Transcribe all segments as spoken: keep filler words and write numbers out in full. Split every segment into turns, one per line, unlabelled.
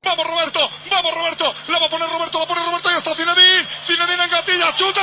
Vamos Roberto, vamos Roberto, la va a poner Roberto, la pone Roberto y está Zinedine, Zinedine en gatilla, chuta.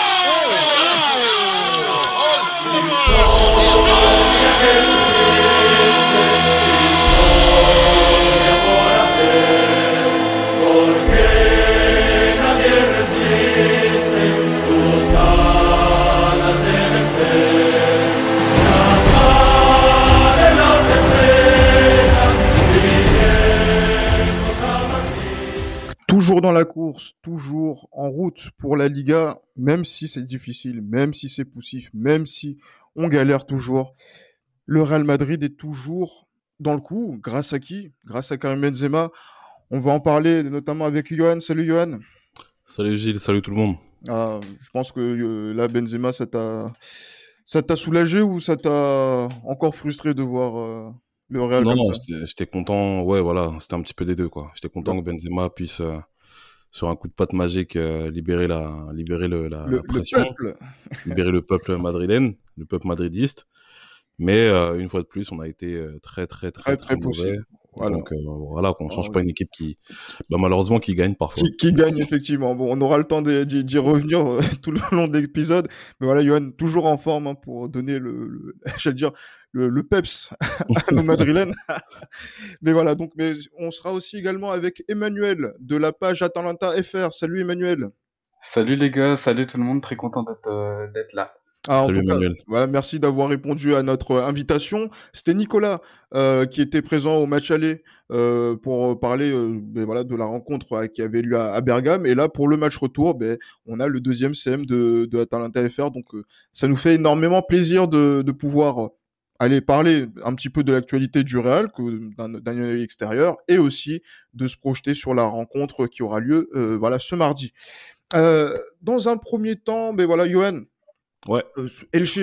Toujours dans la course, toujours en route pour la Liga, même si c'est difficile, même si c'est poussif, même si on galère toujours. Le Real Madrid est toujours dans le coup. Grâce à qui? Grâce à Karim Benzema. On va en parler notamment avec Johan. Salut Johan.
Salut Gilles, salut tout le monde.
Ah, je pense que euh, là, Benzema, ça t'a, ça t'a soulagé ou ça t'a encore frustré de voir euh, le Real
Non,
comme
non,
ça?
j'étais, j'étais content. Ouais, voilà, c'était un petit peu des deux, quoi. J'étais content
Donc,
que Benzema puisse, euh, sur un coup de patte magique, euh, libérer la, libérer le, la,
le,
la
le
pression,
peuple.
libérer le peuple madrilène, le peuple madridiste. Mais euh, une fois de plus, on a été euh, très, très, très,
Très,
très
très
mauvais.
possible. Voilà.
Donc euh, voilà, qu'on change
Oh,
pas une équipe qui, bah, malheureusement, qui gagne parfois.
Qui, qui gagne effectivement. Bon, on aura le temps d'y, d'y- d'y revenir euh, tout le long de l'épisode. Mais voilà, Johan, toujours en forme hein, pour donner le, le j'allais dire, le, le peps à nos Madrilènes. Mais voilà, donc, mais on sera aussi également avec Emmanuel de la page Atalanta F R. Salut Emmanuel.
Salut les gars, salut tout le monde, très content d'être euh, d'être là.
Ah, en
Salut
tout cas,
Emmanuel.
voilà, merci d'avoir répondu à notre invitation. C'était Nicolas euh, qui était présent au match aller euh, pour parler euh, ben voilà, de la rencontre euh, qui avait lieu à, à Bergame. Et là, pour le match retour, ben, on a le deuxième C M de, de Atalanta F R. Donc, euh, ça nous fait énormément plaisir de, de pouvoir euh, aller parler un petit peu de l'actualité du Real, que, d'un, d'un œil extérieur, et aussi de se projeter sur la rencontre qui aura lieu euh, voilà, ce mardi. Euh, dans un premier temps, ben voilà, Johan,
Ouais.
euh, Elche,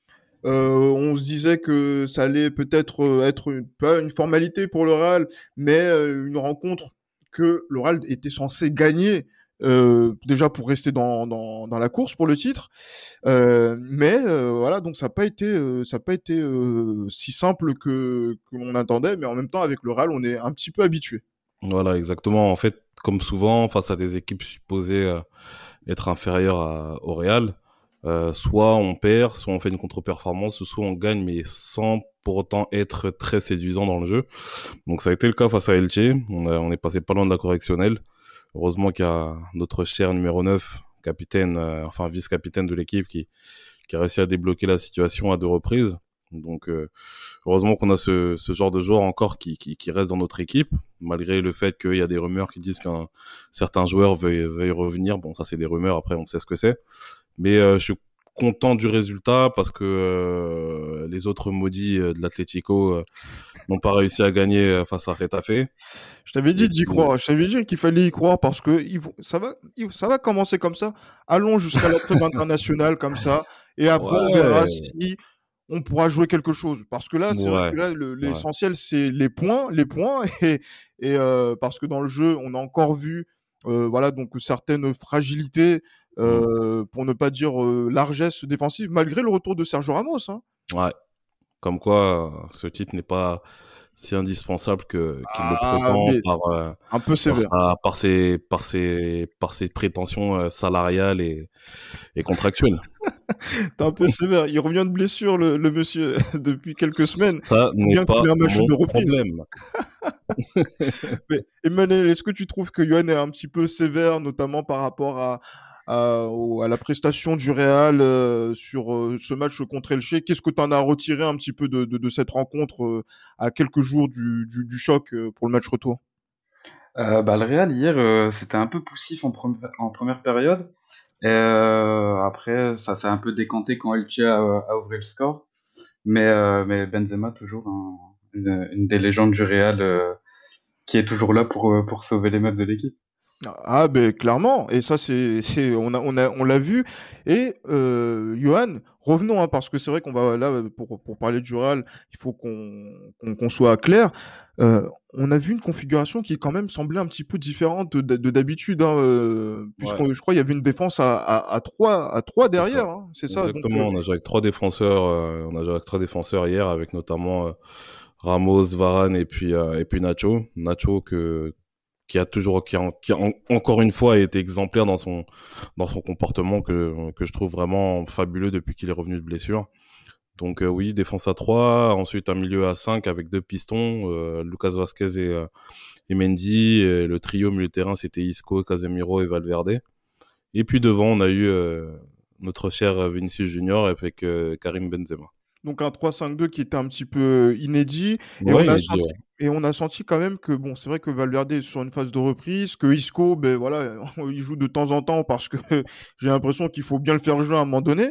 euh, on se disait que ça allait peut-être euh, être une, pas une formalité pour le Real, mais euh, une rencontre que le Real était censé gagner euh, déjà pour rester dans, dans, dans la course pour le titre. Euh, mais euh, voilà, donc ça n'a pas été, euh, ça a pas été euh, si simple que, que l'on attendait, mais en même temps avec le Real, on est un petit peu habitué.
Voilà, exactement. En fait, comme souvent, face à des équipes supposées euh, être inférieures à, au Real, euh, soit on perd, soit on fait une contre-performance, soit on gagne, mais sans pour autant être très séduisant dans le jeu. Donc ça a été le cas face à Elche. On, a, on est passé pas loin de la correctionnelle. Heureusement qu'il y a notre cher numéro neuf, capitaine, euh, enfin vice-capitaine de l'équipe, qui, qui a réussi à débloquer la situation à deux reprises. Donc euh, heureusement qu'on a ce, ce genre de joueur encore qui, qui, qui reste dans notre équipe, malgré le fait qu'il y a des rumeurs qui disent qu'un certain joueur veuille, veuille revenir. Bon, ça c'est des rumeurs, après on sait ce que c'est. Mais euh, je suis content du résultat parce que euh, les autres maudits euh, de l'Atlético euh, n'ont pas réussi à gagner euh, face à Retafe.
Je t'avais dit
Et
d'y
puis,
croire. Je t'avais dit qu'il fallait y croire parce que ils vont, ça va, ils- ça va commencer comme ça. Allons jusqu'à la trêve internationale comme ça, et après on verra
ouais,
si on pourra jouer quelque chose. Parce que là, c'est vrai
ouais,
que là, le-
ouais.
l'essentiel c'est les points, les points, et, et euh, parce que dans le jeu, on a encore vu, euh, voilà, donc certaines fragilités,
Mm.
euh, pour ne pas dire euh, largesse défensive, malgré le retour de Sergio Ramos. Hein.
Ouais. Comme quoi, euh, ce type n'est pas si indispensable que qu'il le
Ah,
prétend
mais
par euh,
un peu
par
sévère.
sa par ses par ses par ses prétentions euh, salariales et et contractuelles.
T'es un peu sévère. Il revient de blessure, le, le monsieur, depuis quelques semaines.
Ça
Faut
n'est
bien
pas
qu'il ait un match
mon
de reprise.
problème.
Mais Emmanuel, est-ce que tu trouves que Yohan est un petit peu sévère, notamment par rapport à, à, au- à la prestation du Real euh, sur euh, ce match contre Elche? Qu'est-ce que tu en as retiré un petit peu de, de, de cette rencontre euh, à quelques jours du, du, du choc euh, pour le match retour?
Euh, bah, le Real hier, euh, c'était un peu poussif en, pre- en première période. Et euh, après, ça s'est un peu décanté quand Elche a, a ouvert le score. Mais, euh, mais Benzema, toujours un- une, une des légendes du Real euh, qui est toujours là pour, euh, pour sauver les meubles de l'équipe.
Ah ben clairement, et ça c'est c'est on a on a on l'a vu. Et euh, Johan, revenons hein, parce que c'est vrai qu'on va là pour pour parler du Real, il faut qu'on qu'on qu'on soit clair. Euh, on a vu une configuration qui quand même semblait un petit peu différente de de d'habitude hein, euh,
Ouais,
puisqu'on je crois il y avait une défense à à, à trois à trois
c'est ça.
derrière hein, c'est ça donc euh,
Exactement. On a joué avec trois défenseurs. euh, on a joué avec trois défenseurs hier, avec notamment euh, Ramos, Varane et puis euh, et puis Nacho. Nacho que qui a toujours, qui, a, qui a en- encore une fois été exemplaire dans son, dans son comportement que, que je trouve vraiment fabuleux depuis qu'il est revenu de blessure. Donc euh, oui, défense à trois, ensuite un milieu à cinq avec deux pistons, euh, Lucas Vasquez et, euh, et Mendy. Et le trio milieu de terrain, c'était Isco, Casemiro et Valverde. Et puis devant, on a eu euh, notre cher Vinicius Junior avec euh, Karim Benzema.
Donc un trois cinq deux qui était un petit peu inédit et
Ouais,
on
il
a
est dit,
senti
ouais.
et on a senti quand même que bon, c'est vrai que Valverde est sur une phase de reprise, que Isco, ben voilà, il joue de temps en temps parce que j'ai l'impression qu'il faut bien le faire jouer à un moment donné.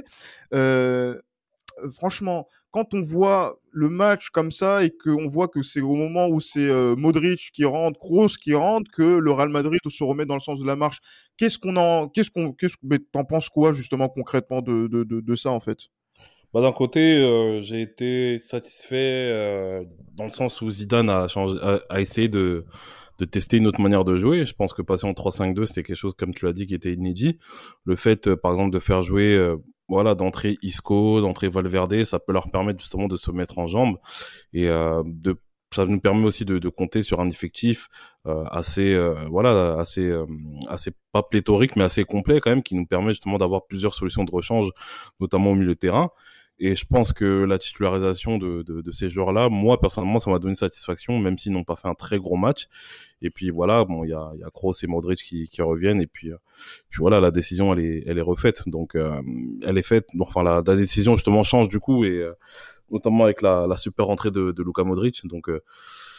Euh, Franchement, quand on voit le match comme ça et qu'on voit que c'est au moment où c'est euh, Modric qui rentre, Kroos qui rentre, que le Real Madrid se remet dans le sens de la marche. Qu'est-ce qu'on en, qu'est-ce qu'on, qu'est-ce, mais t'en penses quoi justement concrètement de, de, de, de ça en fait?
Bah, d'un côté, euh, j'ai été satisfait euh, dans le sens où Zidane a, changé, a, a essayé de, de tester une autre manière de jouer. Je pense que passer en trois cinq deux, c'était quelque chose, comme tu l'as dit, qui était inédit. Le fait, euh, par exemple, de faire jouer, euh, voilà, d'entrer Isco, d'entrer Valverde, ça peut leur permettre justement de se mettre en jambes et euh, de ça nous permet aussi de, de compter sur un effectif euh, assez, euh, voilà, assez, euh, assez pas pléthorique, mais assez complet quand même, qui nous permet justement d'avoir plusieurs solutions de rechange, notamment au milieu de terrain. Et je pense que la titularisation de, de, de ces joueurs-là, moi personnellement, ça m'a donné satisfaction, même s'ils n'ont pas fait un très gros match. Et puis voilà, bon, il y a, il y a Kroos et Modric qui, qui reviennent. Et puis, euh, puis voilà, la décision, elle est, elle est refaite. Donc, euh, elle est faite. Enfin, la, la décision justement change du coup, et euh, notamment avec la, la super entrée de, de Luka Modric. Donc, euh,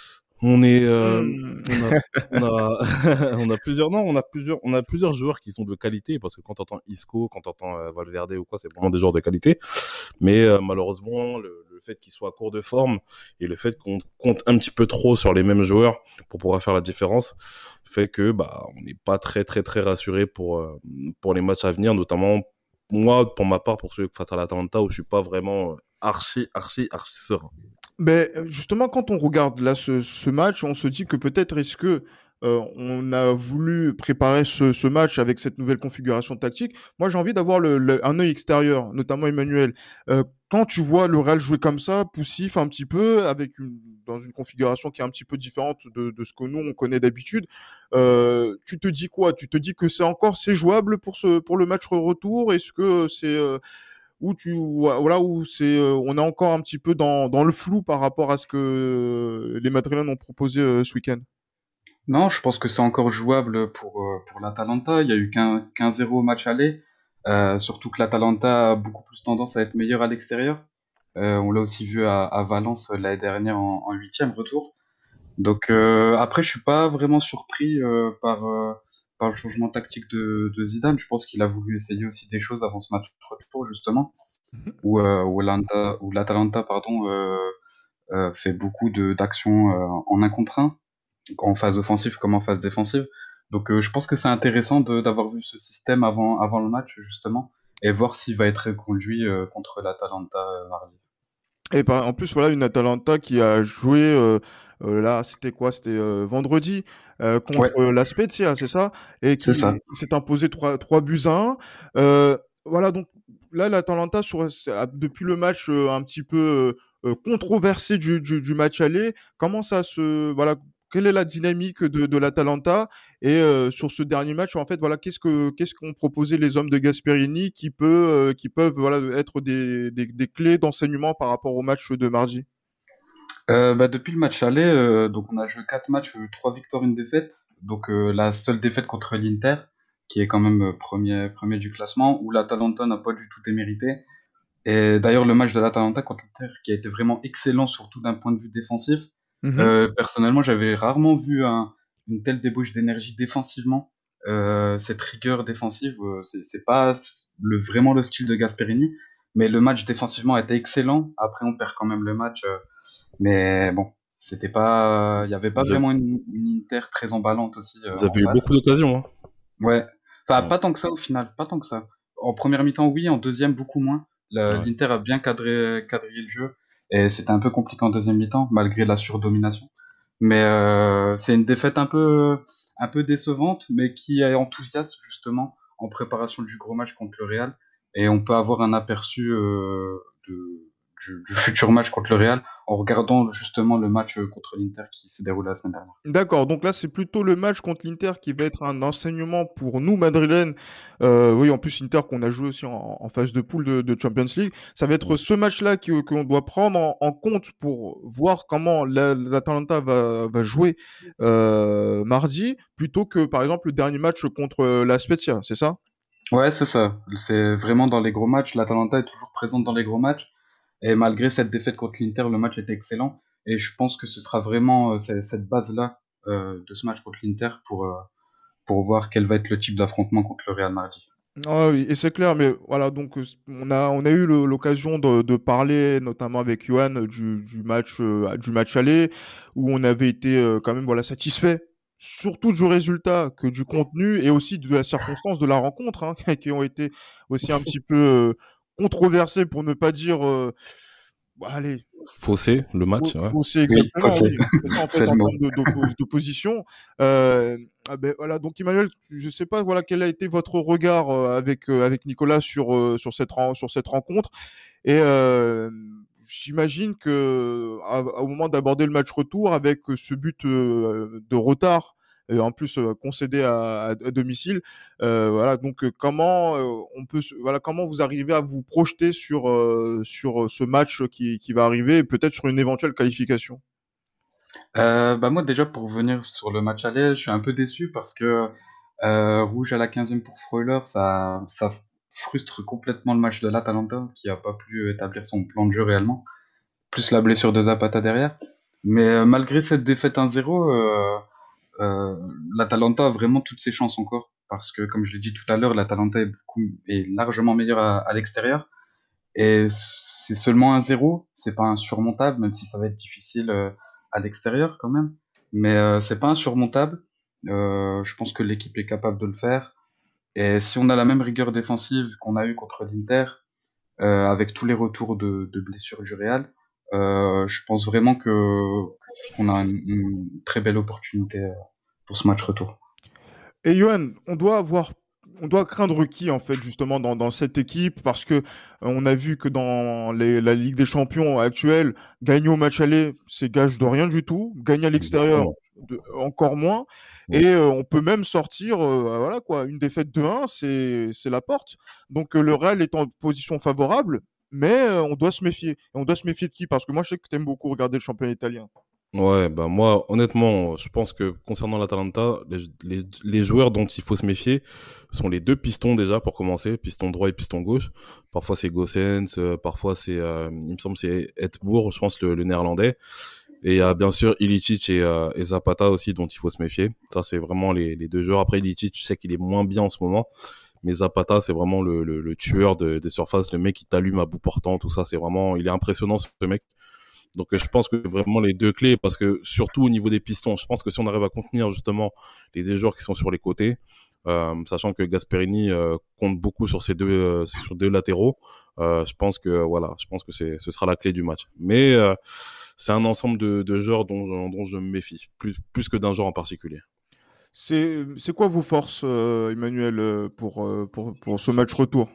on est, euh,
Hmm.
on a, on a, on a plusieurs, non, on a plusieurs, on a plusieurs joueurs qui sont de qualité, parce que quand t'entends Isco, quand t'entends euh, Valverde ou quoi, c'est vraiment des joueurs de qualité. Mais euh, malheureusement, le, le fait qu'ils soient à court de forme et le fait qu'on compte un petit peu trop sur les mêmes joueurs pour pouvoir faire la différence fait que bah on n'est pas très très très rassuré pour euh, pour les matchs à venir, notamment moi pour ma part pour celui face à l'Atalanta où je suis pas vraiment euh, archi archi archi serein.
Ben, justement, quand on regarde là ce, ce match, on se dit que peut-être est-ce que euh, on a voulu préparer ce, ce match avec cette nouvelle configuration tactique. Moi, j'ai envie d'avoir le, le- un œil extérieur, notamment Emmanuel. Euh, quand tu vois le Real jouer comme ça, poussif un petit peu, avec une, dans une configuration qui est un petit peu différente de, de ce que nous on connaît d'habitude, euh, tu te dis quoi? Tu te dis que c'est encore c'est jouable pour ce pour le match retour? Est-ce que c'est euh, où tu voilà où c'est euh, on est encore un petit peu dans, dans le flou par rapport à ce que les Madrilènes ont proposé euh, ce week-end.
Non, je pense que c'est encore jouable pour, euh, pour l'Atalanta. Il y a eu qu'un qu'un zéro au match aller. Euh, surtout que l'Atalanta a beaucoup plus tendance à être meilleure à l'extérieur. Euh, on l'a aussi vu à, à Valence euh, l'année dernière en, en huitième retour. Donc euh, après, je suis pas vraiment surpris euh, par, euh, par le changement tactique de, de Zidane. Je pense qu'il a voulu essayer aussi des choses avant ce match retour, justement, où, euh, où l'Atalanta, où l'Atalanta, pardon, euh, euh, fait beaucoup de d'actions euh, en un contre un, en phase offensive comme en phase défensive. Donc euh, je pense que c'est intéressant de- d'avoir vu ce système avant, avant le match, justement, et voir s'il va être reconduit euh, contre l'Atalanta euh, mardi.
Et par, en plus voilà une Atalanta qui a joué euh, euh, là c'était quoi c'était euh, vendredi euh, contre
Ouais,
euh, la Spezia c'est ça et
c'est ça.
qui, qui s'est imposé trois trois buts à un. Euh, voilà donc là l'Atalanta sur a- depuis le match euh, un petit peu euh, euh, controversé du, du, du match aller commence à se voilà quelle est la dynamique de, de l'Atalanta et euh, sur ce dernier match en fait voilà qu'est-ce que qu'est-ce qu'ont proposé les hommes de Gasperini qui peut euh, qui peuvent voilà être des, des, des clés d'enseignement par rapport au match de mardi.
Euh, bah, depuis le match aller, euh, donc on a joué quatre matchs, euh, trois victoires, une défaite. Donc euh, la seule défaite contre l'Inter, qui est quand même euh, premier, premier du classement, où l'Atalanta n'a pas du tout démérité. Et d'ailleurs, le match de l'Atalanta contre l'Inter, qui a été vraiment excellent, surtout d'un point de vue défensif.
Mhm.
Euh, personnellement, j'avais rarement vu un- une telle débauche d'énergie défensivement. Euh, cette rigueur défensive, euh, c'est c'est pas le, vraiment le style de Gasperini, mais le match défensivement a été excellent. Après, on perd quand même le match, euh, mais bon, c'était pas, il y avait pas
Vous avez,
vraiment une, une Inter très emballante aussi euh,
vous
en
avez eu
face.
beaucoup d'occasions, hein.
Ouais, enfin
Ouais.
pas tant que ça au final, pas tant que ça. En première mi-temps, oui, en deuxième, beaucoup moins. Le-
Ouais.
L'Inter a bien cadré, quadrillé le jeu et c'était un peu compliqué en deuxième mi-temps malgré la surdomination. Mais euh, c'est une défaite un peu, un peu décevante, mais qui est enthousiaste justement en préparation du gros match contre le Real. Et on peut avoir un aperçu euh, de, du, du futur match contre le Real en regardant justement le match contre l'Inter qui s'est déroulé la semaine dernière.
D'accord, donc là c'est plutôt le match contre l'Inter qui va être un enseignement pour nous madrilènes. Euh, oui, en plus Inter qu'on a joué aussi en, en phase de poule de, de Champions League. Ça va être ce match-là qui- qu'on doit prendre en, en compte pour voir comment la- l'Atalanta va, va jouer euh, mardi, plutôt que par exemple le dernier match contre la Spezia, c'est ça?
Ouais, c'est ça. C'est vraiment dans les gros matchs. L'Atalanta est toujours présente dans les gros matchs. Et malgré cette défaite contre l'Inter, le match était excellent. Et je pense que ce sera vraiment euh, c'est- cette base-là euh, de ce match contre l'Inter pour, euh, pour voir quel va être le type d'affrontement contre le Real mardi.
Ah oui, et c'est clair, mais voilà, donc euh, on a on a eu le- l'occasion de, de parler, notamment avec Johan, euh, du, du match euh, du match aller, où on avait été euh, quand même voilà satisfait, surtout du résultat que du contenu et aussi de la circonstance de la rencontre, hein, qui ont été aussi un petit peu euh, controversées pour ne pas dire, euh, bah, allez,
Faussé, le
Fau-
match, ouais.
Faussé,
Oui, ça
exactement,
c'est
oui. C'est ça, en
c'est
fait,
le
en
mot.
termes de- d'oppo- d'opposition. Euh, ah ben, voilà, donc Emmanuel, je sais pas, voilà, quel a été votre regard euh, avec, euh, avec Nicolas sur, euh, sur, cette, ren- sur cette rencontre. Et euh, j'imagine que à- au moment d'aborder le match retour, avec euh, ce but euh, de retard, et en plus euh, concédé à, à- à domicile, euh, voilà. Donc euh, comment euh, on peut, se- voilà, comment vous arrivez à vous projeter sur euh, sur euh, ce match qui qui va arriver, et peut-être sur une éventuelle qualification.
Euh, bah moi déjà pour revenir sur le match aller, je suis un peu déçu parce que euh, rouge à la quinzième pour Freuler, ça, ça frustre complètement le match de l'Atalanta qui a pas pu établir son plan de jeu réellement, plus la blessure de Zapata derrière. Mais euh, malgré cette défaite un zéro, euh, euh, l'Atalanta a vraiment toutes ses chances encore parce que comme je l'ai dit tout à l'heure, l'Atalanta est beaucoup est largement meilleure à, à l'extérieur et c'est seulement un zéro, c'est pas insurmontable, même si ça va être difficile euh, à l'extérieur quand même. Mais euh, c'est pas insurmontable. Euh, je pense que l'équipe est capable de le faire. Et si on a la même rigueur défensive qu'on a eu contre l'Inter, euh, avec tous les retours de, de blessures du Real, euh, je pense vraiment que qu'on a une, une très belle opportunité euh, pour ce match retour.
Et Johan, on doit avoir, on doit craindre qui en fait justement dans, dans cette équipe, parce que euh, on a vu que dans les- la Ligue des Champions actuelle, gagner au match aller, c'est gage de rien du tout. Gagner à l'extérieur,
Exactement.
de- encore moins.
Mm.
Et euh, on peut même sortir, euh, voilà quoi, une défaite de un, c'est c'est la porte. Donc euh, le Real est en position favorable, mais euh, on doit se méfier. Et on doit se méfier de qui? Parce que moi je sais que tu aimes beaucoup regarder le championnat italien.
Ouais, bah moi, honnêtement, je pense que concernant l'Atalanta, les, les, les joueurs dont il faut se méfier sont les deux pistons déjà pour commencer, piston droit et piston gauche. Parfois c'est Gossens, euh, parfois c'est, euh, il me semble que c'est Etbourg, je pense le, le néerlandais. Et il y a bien sûr Ilicic et, euh, et Zapata aussi dont il faut se méfier. Ça c'est vraiment les, les deux joueurs. Après Ilicic, je sais qu'il est moins bien en ce moment, mais Zapata c'est vraiment le, le, le tueur de, des surfaces, le mec qui t'allume à bout portant, tout ça. C'est vraiment, il est impressionnant ce mec. Donc euh, je pense que vraiment les deux clés, parce que surtout au niveau des pistons, je pense que si on arrive à contenir justement les deux joueurs qui sont sur les côtés, euh, sachant que Gasperini euh, compte beaucoup sur ces deux euh, sur deux latéraux, euh, je pense que voilà, je pense que c'est ce sera la clé du match. Mais euh, c'est un ensemble de, de joueurs dont, je- dont je me méfie, plus plus que d'un joueur en particulier.
C'est c'est quoi vos forces, euh, Emmanuel, euh, pour, euh, pour, pour ce match retour?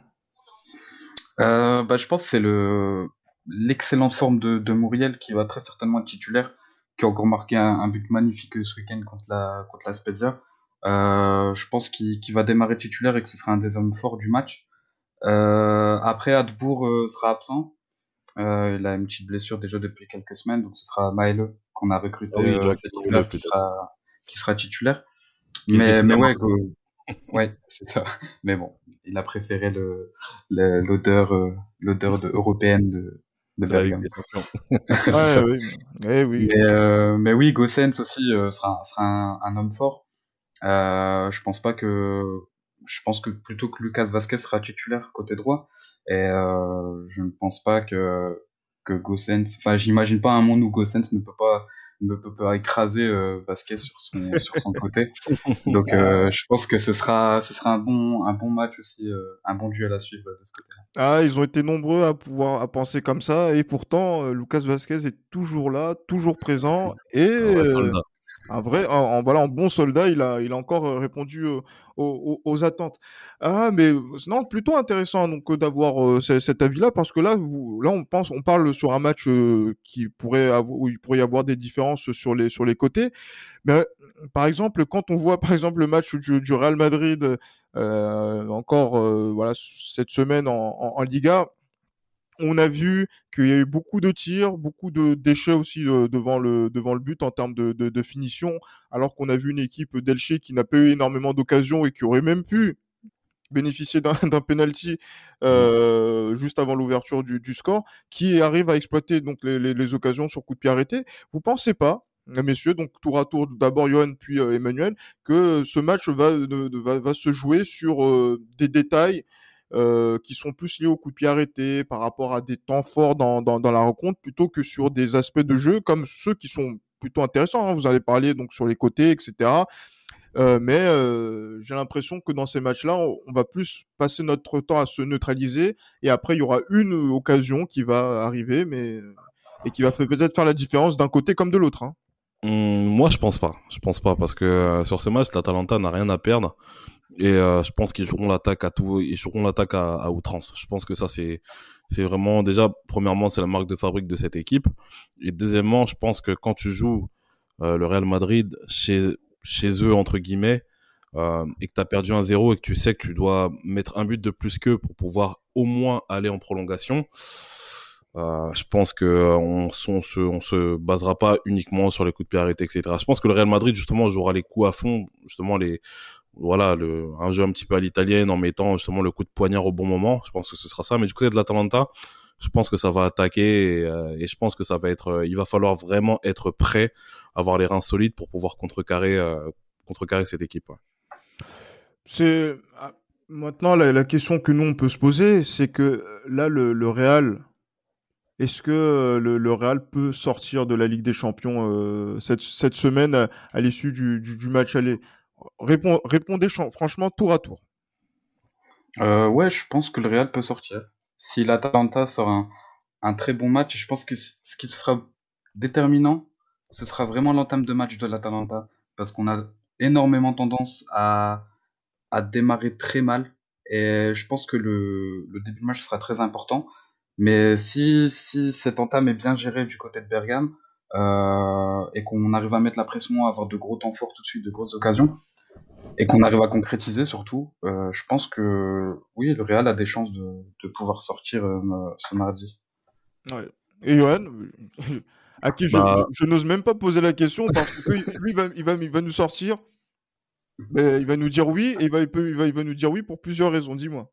Euh, bah, je pense que c'est le l'excellente forme de, de Muriel qui va très certainement être titulaire, qui a encore marqué un, un but magnifique ce week-end contre la contre la Spezia. Euh, je pense qu'il qu'il va démarrer titulaire et que ce sera un des hommes forts du match. Euh, après, Adbourg euh, sera absent. Euh, il a une petite blessure déjà depuis quelques semaines, donc ce sera Maëlle qu'on a
Ah
recruté
oui,
euh,
Jack
cet
le
hiver qui
peut-être,
sera qui sera titulaire.
qui était
Mais mais
excellent à
ouais,
Marseille.
go- ouais, c'est ça. Mais bon, il a préféré le le- l'odeur euh, l'odeur de européenne de de
C'est la Ligue
Bergame.
des Champions.
C'est
Ouais,
ça.
oui. Eh oui.
Mais euh, mais oui, Gossens aussi euh, sera sera un, un homme fort. Euh, je pense pas que je pense que plutôt que Lucas Vasquez sera titulaire côté droit et euh, je ne pense pas que que Gossens, enfin j'imagine pas un monde où Gossens ne peut pas ne peut pas écraser euh, Vasquez sur son sur son côté. Donc euh, je pense que ce sera ce sera un bon un bon match aussi, euh, un bon duel à suivre de ce côté-là.
Ah, ils ont été nombreux à pouvoir à penser comme ça, et pourtant euh, Lucas Vasquez est toujours là, toujours présent, et
Un vrai
euh,
soldat.
un vrai, en, en- voilà, en bon soldat, il a, il a encore euh, répondu euh, aux, aux- aux attentes. Ah, mais euh, non, plutôt intéressant donc euh, d'avoir euh, ce- cet avis-là parce que là, vous, là, on pense, on parle sur un match euh, qui pourrait avoir, où il pourrait y avoir des différences sur les sur les côtés. Mais euh, par exemple, quand on voit par exemple le match du, du Real Madrid euh, encore euh, voilà cette semaine en, en, en Liga. On a vu qu'il y a eu beaucoup de tirs, beaucoup de déchets aussi euh, devant le devant le but en termes de, de, de finition, alors qu'on a vu une équipe d'Elche qui n'a pas eu énormément d'occasions et qui aurait même pu bénéficier d'un d'un penalty
Mm.
euh, juste avant l'ouverture du, du score, qui arrive à exploiter donc les, les, les occasions sur coup de pied arrêté. Vous pensez pas, messieurs, donc tour à tour, d'abord Johan puis euh, Emmanuel, que ce match va, de- de- va, va se jouer sur euh, des détails euh, qui sont plus liés au coup de pied arrêté par rapport à des temps forts dans, dans, dans la rencontre plutôt que sur des aspects de jeu comme ceux qui sont plutôt intéressants, hein. Vous avez parlé donc sur les côtés, et cetera. Euh, mais euh, j'ai l'impression que dans ces matchs-là, on, on va plus passer notre temps à se neutraliser et après il y aura une occasion qui va arriver, mais et qui va fait- peut-être faire la différence d'un côté comme de l'autre, hein.
Hum, moi, je pense pas. Je pense pas parce que euh, sur ce match, l'Atalanta n'a rien à perdre et euh, je pense qu'ils joueront l'attaque à tout, ils joueront l'attaque à, à outrance. Je pense que ça c'est c'est vraiment déjà premièrement c'est la marque de fabrique de cette équipe et deuxièmement, je pense que quand tu joues euh, le Real Madrid chez chez eux entre guillemets euh, et que tu as perdu un zéro et que tu sais que tu dois mettre un but de plus qu'eux pour pouvoir au moins aller en prolongation. Euh, je pense que euh, on, on se on se basera pas uniquement sur les coups de pied arrêtés, et cetera. Je pense que le Real Madrid justement jouera les coups à fond, justement les voilà le un jeu un petit peu à l'italienne en mettant justement le coup de poignard au bon moment. Je pense que ce sera ça. Mais du côté de l'Atalanta, je pense que ça va attaquer et, euh, et je pense que ça va être. Euh, il va falloir vraiment être prêt, avoir les reins solides pour pouvoir contrecarrer euh, contrecarrer cette équipe. Ouais.
C'est ah, maintenant la, la question que nous on peut se poser, c'est que euh, là le, le Real, est-ce que euh, le, le Real peut sortir de la Ligue des Champions euh, cette, cette semaine à, à l'issue du, du, du match aller? Répond, répondez chan- franchement tour à tour.
Euh, ouais, je pense que le Real peut sortir. Si l'Atalanta sort un, un très bon match, je pense que c- ce qui sera déterminant, ce sera vraiment l'entame de match de l'Atalanta. Parce qu'on a énormément tendance à, à démarrer très mal. Et je pense que le, le début de match sera très important. Mais si, si cette entame est bien gérée du côté de Bergame, euh, et qu'on arrive à mettre la pression, à avoir de gros temps forts tout de suite, de grosses occasions, et qu'on arrive à concrétiser surtout, euh, je pense que oui, le Real a des chances de, de pouvoir sortir euh, ce mardi.
Ouais. Et Johan, à qui je, je,
Bah
je n'ose même pas poser la question parce que lui, lui, il va, il va, il va nous sortir, mais il va nous dire oui et il va, il peut- il va, il va nous dire oui pour plusieurs raisons. Dis-moi.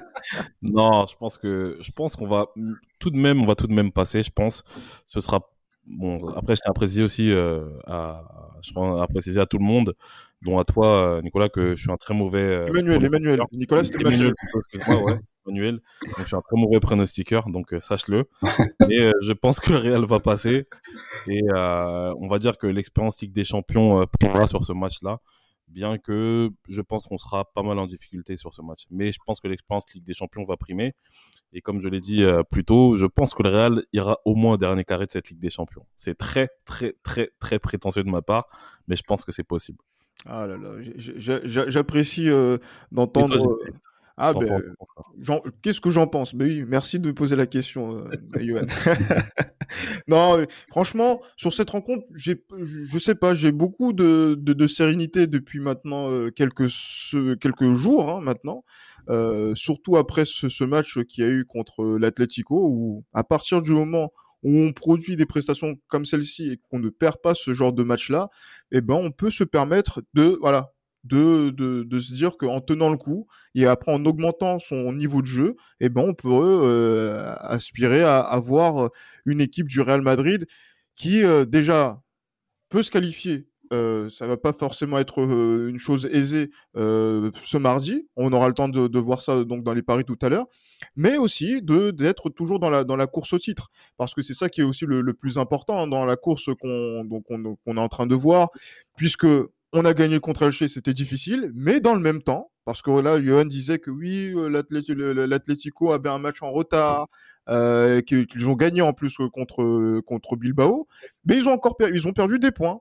non, je pense que je pense qu'on va mm, tout de même, on va tout de même passer. Je pense, ce sera bon. Après, je tiens à préciser aussi euh, à, je tiens à préciser à tout le monde, dont à toi, euh, Nicolas, que je suis un très mauvais euh,
Emmanuel,
pronostiqueur.
Emmanuel. Nicolas, c'était
Emmanuel,
Emmanuel.
plutôt, excuse-moi, ouais, Emmanuel. Donc, je suis un très mauvais pronostiqueur, donc euh, sache-le. Mais euh, je pense que le Real va passer et euh, on va dire que l'expérience Ligue des Champions euh, prendra sur ce match-là. Bien que je pense qu'on sera pas mal en difficulté sur ce match. Mais je pense que l'expérience Ligue des Champions va primer. Et comme je l'ai dit euh, plus tôt, je pense que le Real ira au moins au dernier carré de cette Ligue des Champions. C'est très, très, très, très prétentieux de ma part, mais je pense que c'est possible.
Ah là là, j'ai- j'ai- j'ai- j'apprécie euh,
Et toi,
d'entendre. euh,
Gilles,
Ah
t'en penses
ben,
quoi?
j'en- qu'est-ce que j'en pense? Ben oui, merci de me poser la question, euh, Johan. Non, euh, franchement, sur cette rencontre, j'ai, je je sais pas, j'ai beaucoup de, de, de sérénité depuis maintenant euh, quelques ce- quelques jours hein, maintenant. Euh, surtout après ce, ce match qu'il y a eu contre l'Atlético, où à partir du moment où on produit des prestations comme celle-ci et qu'on ne perd pas ce genre de match-là, eh ben on peut se permettre de voilà de, de, de se dire qu'en tenant le coup et après en augmentant son niveau de jeu, eh ben on peut euh, aspirer à avoir une équipe du Real Madrid qui euh, déjà peut se qualifier. Euh, ça va pas forcément être euh, une chose aisée euh, ce mardi. On aura le temps de, de voir ça donc dans les paris tout à l'heure, mais aussi de d'être toujours dans la dans la course au titre, parce que c'est ça qui est aussi le, le plus important hein, dans la course qu'on donc on, qu'on est en train de voir, puisque on a gagné contre Elche, c'était difficile, mais dans le même temps, parce que là, Johan disait que oui, euh, l'Atlé- le- l'Atlético avait un match en retard, euh, qu'ils qu'ils ont gagné en plus euh, contre contre Bilbao, mais ils ont encore per- ils ont perdu des points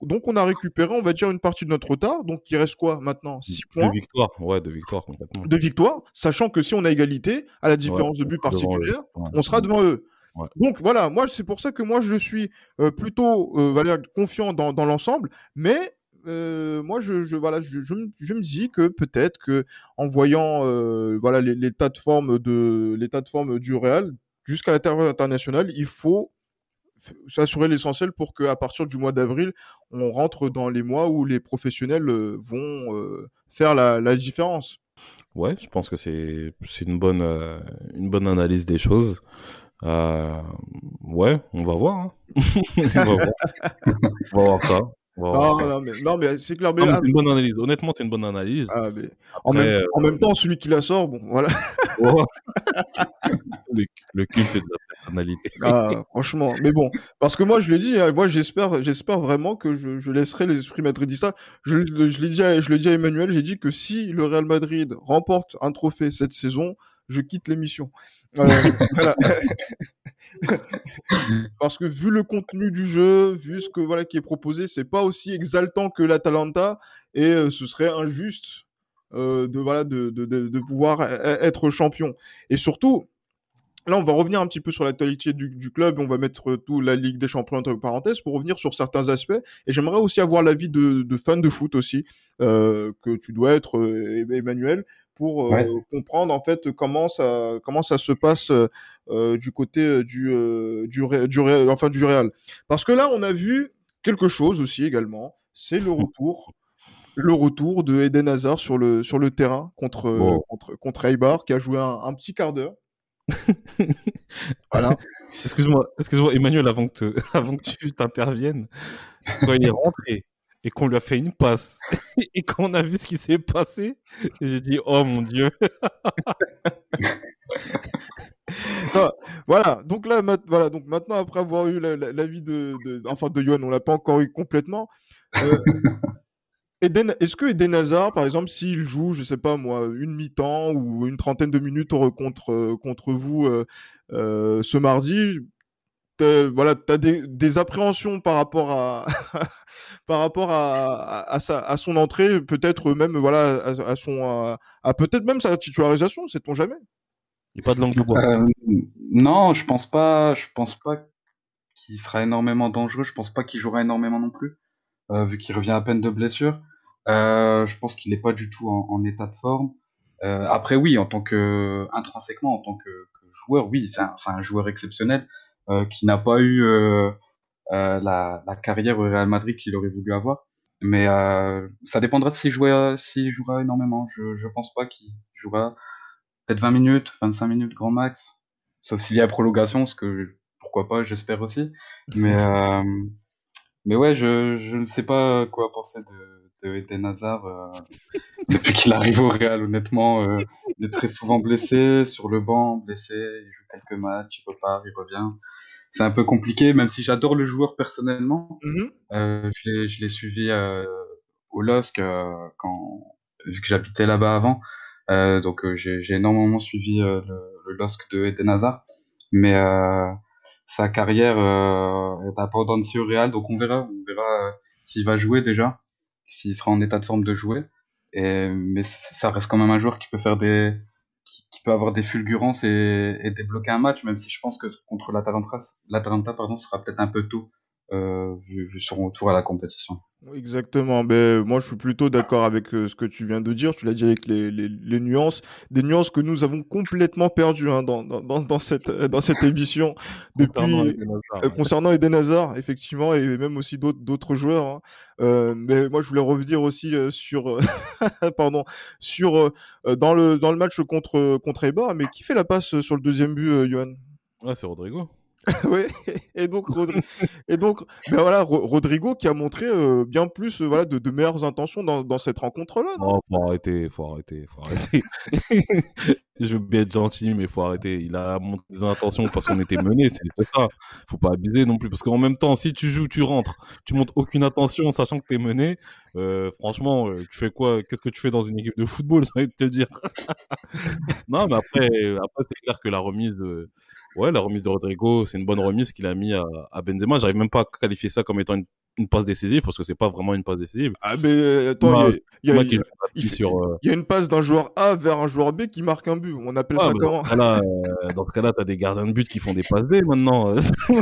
donc on a récupéré, on va dire, une partie de notre retard. Donc il reste quoi maintenant? six points.
De victoire, ouais, de victoire complètement.
De victoire, sachant que si on a égalité, à la différence ouais, de but particulière, ouais, on sera devant eux. Ouais. Donc voilà, moi c'est pour ça que moi je suis euh, plutôt euh, voilà, confiant dans, dans l'ensemble, mais euh, moi je, je voilà je, je, je me dis que peut-être que en voyant euh, voilà l'état de forme de l'état de forme du Real jusqu'à la table internationale, il faut s'assurer l'essentiel pour qu'à partir du mois d'avril, on rentre dans les mois où les professionnels euh, vont euh, faire la, la différence.
Ouais, je pense que c'est c'est une bonne euh, une bonne analyse des choses. Euh, ouais, on va voir. Hein. on, va voir. on va voir ça. On va
non,
voir ça.
non, mais, non, mais c'est clair.
Mais... Non, mais c'est une bonne analyse. Honnêtement, c'est une bonne analyse.
Ah, mais...
Après,
en, même,
euh...
en même temps, celui qui la sort, bon, voilà.
Oh. le, le culte de la personnalité.
Ah, franchement, mais bon, parce que moi, je l'ai dit, hein, moi, j'espère, j'espère vraiment que je, je laisserai l'esprit madridista. Je, je l'ai dit, à, je l'ai dit à Emmanuel, j'ai dit que si le Real Madrid remporte un trophée cette saison, je quitte l'émission. Euh, voilà. Parce que vu le contenu du jeu, vu ce que voilà qui est proposé, c'est pas aussi exaltant que l'Atalanta et euh, ce serait injuste euh, de voilà de, de, de, de pouvoir être champion. Et surtout, là, on va revenir un petit peu sur l'actualité du, du club. On va mettre tout la Ligue des Champions entre parenthèses pour revenir sur certains aspects. Et j'aimerais aussi avoir l'avis de, de fans de foot aussi, euh, que tu dois être, euh, Emmanuel, pour euh, ouais. comprendre en fait comment ça comment ça se passe euh, du côté du euh, du du Real, enfin du Real. Parce que là, on a vu quelque chose aussi également. C'est le retour. Le retour de Eden Hazard sur le sur le terrain contre oh. contre contre Eibar, qui a joué un, un petit quart d'heure.
Voilà. Excuse-moi, excuse-moi, Emmanuel, avant que, te, avant que tu t'interviennes, quand il est rentré et qu'on lui a fait une passe et qu'on a vu ce qui s'est passé, j'ai dit oh mon Dieu.
non, voilà. Donc là, mat- voilà. Donc maintenant, après avoir eu l'avis la, la de, de, enfin de Yohan, on l'a pas encore eu complètement. Euh, Eden, est-ce que Eden Hazard, par exemple, s'il joue, je sais pas moi, une mi-temps ou une trentaine de minutes contre contre vous euh, euh, ce mardi, t'as, voilà, t'as des, des appréhensions par rapport à par rapport à, à, à, sa, à son entrée, peut-être même voilà à, à son à, à peut-être même sa titularisation, sait-on jamais.
Il n'y a pas de langue de bois.
Euh, non, je pense pas. Je pense pas qu'il sera énormément dangereux. Je pense pas qu'il jouera énormément non plus, euh, vu qu'il revient à peine de blessure. Euh, je pense qu'il n'est pas du tout en, en état de forme. Euh, après, oui, en tant que intrinsèquement, en tant que, que joueur, oui, c'est un, c'est un joueur exceptionnel euh, qui n'a pas eu euh, euh, la, la carrière au Real Madrid qu'il aurait voulu avoir. Mais euh, ça dépendra de s'il jouera, s'il jouera énormément. Je, je pense pas qu'il jouera peut-être vingt minutes, vingt-cinq minutes grand max, sauf s'il y a prolongation, parce que pourquoi pas, j'espère aussi. Mais euh, mais ouais, je je ne sais pas quoi penser de de Eden Hazard euh, depuis qu'il arrive au Real. Honnêtement, euh, il est très souvent blessé, sur le banc, blessé. Il joue quelques matchs, il repart, il revient. C'est un peu compliqué, même si j'adore le joueur personnellement. Mm-hmm. Euh, je l'ai je l'ai suivi euh, au L O S C euh, quand vu que j'habitais là-bas avant. Euh, donc euh, j'ai, j'ai énormément suivi euh, le, le L O S C de Eden Hazard, mais euh, sa carrière euh, est un peu en dents de scie au Real, donc on verra, on verra euh, s'il va jouer déjà, s'il sera en état de forme de jouer. Et, mais ça reste quand même un joueur qui peut faire des, qui, qui peut avoir des fulgurances et, et débloquer un match, même si je pense que contre l'Atalanta, l'Atalanta pardon, ce sera peut-être un peu tôt euh, vu, vu son retour à la compétition.
Exactement. Ben, moi, je suis plutôt d'accord avec euh, ce que tu viens de dire. Tu l'as dit avec les, les, les nuances, des nuances que nous avons complètement perdues hein, dans, dans, dans, cette, dans cette émission depuis concernant Eden Hazard, euh, concernant Eden Hazard, effectivement, et même aussi d'autres, d'autres joueurs. Hein. Euh, mais moi, je voulais revenir aussi euh, sur, pardon, sur euh, dans le dans le match contre contre Eibar. Mais qui fait la passe sur le deuxième but, euh, Yohan ?
Ouais, c'est Rodrigo.
Oui, et donc, Rodri... et donc ben voilà, Ro- Rodrigo qui a montré euh, bien plus euh, voilà, de, de meilleures intentions dans, dans cette rencontre-là. Non,
non, faut arrêter, faut arrêter, faut arrêter. Je veux bien être gentil, mais faut arrêter. Il a montré des intentions parce qu'on était mené, c'est ça. Faut pas abuser non plus, parce qu'en même temps, si tu joues, tu rentres, tu montres aucune attention, sachant que t'es mené. Euh, franchement, euh, tu fais quoi ? Qu'est-ce que tu fais dans une équipe de football ? J'ai envie de te dire. Non, mais après, après c'est clair que la remise de, ouais, la remise de Rodrigo, c'est une bonne remise qu'il a mis à, à Benzema. J'arrive même pas à qualifier ça comme étant une une passe décisive parce que c'est pas vraiment une passe décisive.
Ah, mais attends,
Moi,
il y a,
moi
il
qui
y
je
a, il
m'appuie
fait-
sur. Euh...
il y a une passe d'un joueur A vers un joueur B qui marque un but. On appelle
Ouais,
ça
mais dans
comment?
ce cas-là, euh, dans ce cas-là, t'as des gardiens de but qui font des passes D maintenant.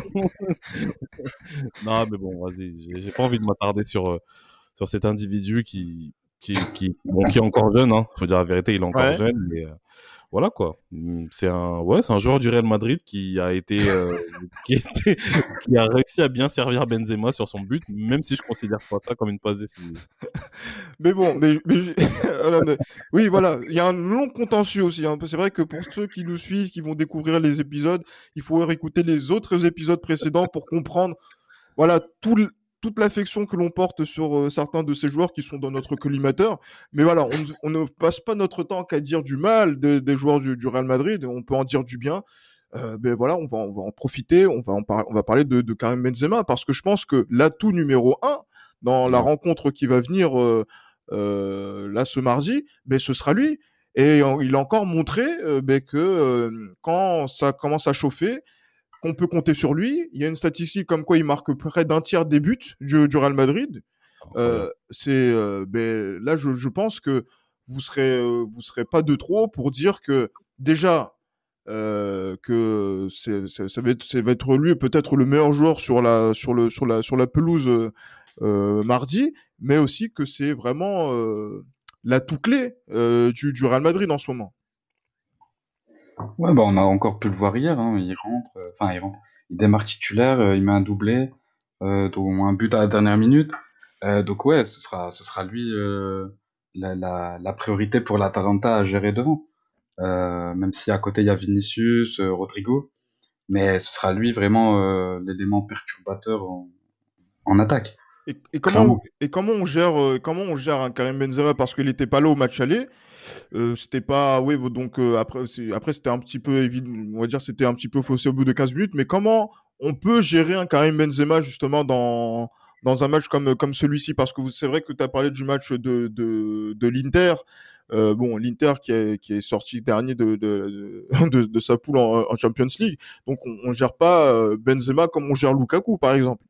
Non, mais bon, vas-y, j'ai j'ai pas envie de m'attarder sur euh, sur cet individu qui qui qui bon qui est encore jeune. Hein. Faut dire la vérité, il est encore
Ouais.
jeune, mais euh, voilà quoi. Mm, C'est un ouais, c'est un joueur du Real Madrid qui a été euh, qui, était, qui a réussi à bien servir Benzema sur son but, même si je considère pas ça comme une passe décisive.
Mais bon, mais, mais, je- voilà, mais- oui, voilà, il y a un long contentieux aussi. Hein. C'est vrai que pour ceux qui nous suivent, qui vont découvrir les épisodes, il faut réécouter les autres épisodes précédents pour comprendre, voilà, tout le- toute l'affection que l'on porte sur euh, certains de ces joueurs qui sont dans notre collimateur. Mais voilà, on, ne- on ne passe pas notre temps qu'à dire du mal des, des joueurs du, du Real Madrid. On peut en dire du bien. Euh, ben voilà, on va, on va en profiter. On va en par- on va parler de, de Karim Benzema parce que je pense que l'atout numéro un dans la
Ouais.
rencontre qui va venir euh, euh, là ce mardi, ben ce sera lui. Et en- il a encore montré euh, ben, que euh, quand ça commence à chauffer, qu'on peut compter sur lui. Il y a une statistique comme quoi il marque près d'un tiers des buts du, du Real Madrid.
C'est incroyable.
Euh, c'est euh, ben, là, je, je pense que vous serez, euh, vous serez pas de trop pour dire que déjà euh, que c'est, c'est- ça va être, ça va être lui peut-être le meilleur joueur sur la, sur le, sur la, sur la pelouse euh, euh, mardi, mais aussi que c'est vraiment euh, l'atout clé euh, du, du Real Madrid en ce moment.
Ouais, bah on a encore pu le voir hier, hein, il rentre, euh, enfin il rentre, il démarre titulaire, euh, il met un doublé, euh, dont un but à la dernière minute. Euh, donc ouais, ce sera, ce sera lui euh, la, la, la priorité pour l'Atalanta à gérer devant. Euh, même si à côté il y a Vinicius, euh, Rodrigo, mais ce sera lui vraiment euh, l'élément perturbateur en, en attaque,
Et, et comment,
clairement.
et comment on gère, euh, comment on gère un Karim Benzema parce qu'il n'était pas là au match aller. Euh, c'était pas, oui, donc euh, après, c'est, après c'était un petit peu évident, on va dire, c'était un petit peu faussé au bout de quinze minutes. Mais comment on peut gérer un Karim Benzema justement dans dans un match comme comme celui-ci? Parce que vous- c'est vrai que tu as parlé du match de de, de l'Inter. Euh, bon, l'Inter qui est, qui est sorti dernier de, de, de, de sa poule en, en Champions League. Donc, on, on gère pas euh, Benzema comme on gère Lukaku, par exemple.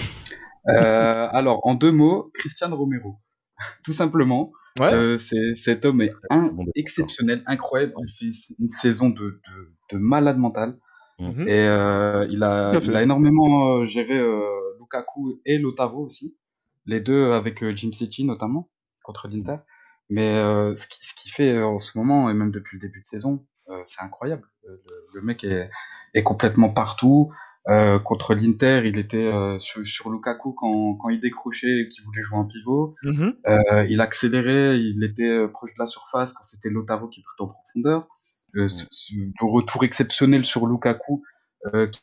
Euh, alors en deux mots, Christian Romero. Tout simplement.
Ouais.
Euh, c'est, cet homme est
Très,
un,
très bon défenseur.
exceptionnel, incroyable. Il fait une saison de, de, de malade mental.
Mm.
Mhm.
Et euh, il,
Tout
a,
à
il a
fait.
énormément euh, géré euh, Lukaku et Lautaro aussi. Les deux avec euh, Jim City notamment, contre l'Inter. Mais euh, ce qui ce qu'il fait euh, en ce moment, et même depuis le début de saison, euh, c'est incroyable. Euh, Le, le mec est, est complètement partout. Euh, contre l'Inter, il était euh, sur, sur Lukaku quand, quand il décrochait et qu'il voulait jouer en pivot.
Mhm.
Euh, il accélérait, il était euh, proche de la surface quand c'était Lautaro qui partait en profondeur. Euh,
Mm.
ce, ce- le retour exceptionnel sur Lukaku euh, qui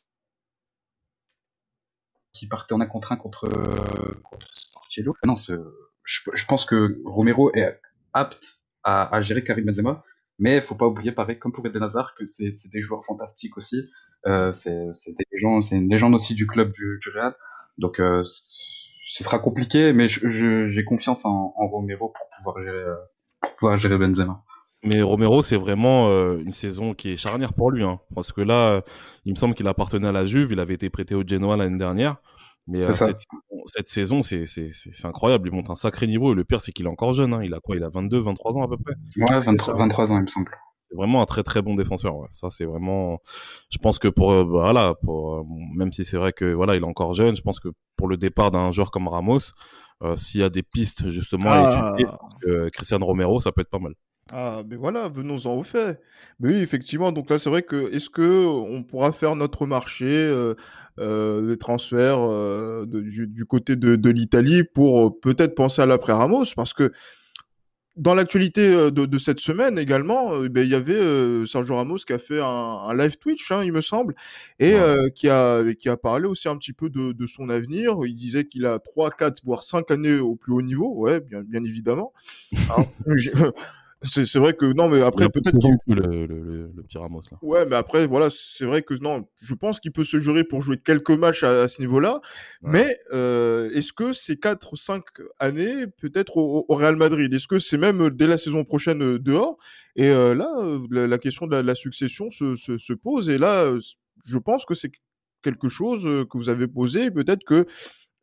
qui partait en un contre un contre, euh, contre Sportiello. Non, c'est- je, je pense que Romero est apte à, à gérer Karim Benzema, mais faut pas oublier, pareil, comme pour Eden Hazard, que c'est c'est des joueurs fantastiques aussi. Euh, c'est c'est des légendes, c'est une légende aussi du club du, du Real. Donc euh, c- ce sera compliqué, mais je- je- j'ai confiance en, en Romero pour pouvoir gérer, euh, pour pouvoir gérer Benzema.
Mais Romero, c'est vraiment euh, une saison qui est charnière pour lui, hein, parce que là, euh, il me semble qu'il appartenait à la Juve, il avait été prêté au Genoa l'année dernière, mais
C'est
euh,
ça.
cette, cette saison, c'est c'est c'est c'est incroyable, il monte un sacré niveau. Et le pire, c'est qu'il est encore jeune, hein, il a quoi, il a vingt-deux, vingt-trois ans à peu près.
Ouais,
C'est
vingt-trois,
ça.
vingt-trois ans, il me semble.
C'est vraiment un très très bon défenseur. Ouais. Ça, c'est vraiment. Je pense que pour euh, bah, voilà, pour euh, même si c'est vrai que voilà, il est encore jeune, je pense que pour le départ d'un joueur comme Ramos, euh, s'il y a des pistes justement à étudier,
Ah.
parce que Cristiano Romero, ça peut être pas mal.
Ah, mais voilà, venons-en au fait. Mais oui, effectivement, donc là, c'est vrai que est-ce que on pourra faire notre marché euh, euh, des transferts euh, de- du, du côté de, de l'Italie pour euh, peut-être penser à l'après Ramos? Parce que dans l'actualité euh, de, de cette semaine également, euh, ben, il y avait euh, Sergio Ramos qui a fait un, un live Twitch, hein, il me semble, et
Ouais.
euh, qui a, qui a parlé aussi un petit peu de, de son avenir. Il disait qu'il a trois, quatre, voire cinq années au plus haut niveau, ouais, bien, bien évidemment. Hein. J'ai- C'est c'est vrai que non, mais
Il
après
a pas
peut-être
de
qu'il
saison, le, le, le, le petit Ramos là.
ouais, mais après, voilà, c'est vrai que non, je pense qu'il peut se jurer pour jouer quelques matchs à, à ce niveau-là.
Ouais.
Mais euh, est-ce que ces quatre ou cinq années, peut-être au, au Real Madrid, est-ce que c'est même euh, dès la saison prochaine euh, dehors? Et euh, là, euh, la, la question de la, la succession se, se, se pose. Et là, euh, je pense que c'est quelque chose euh, que vous avez posé. Peut-être que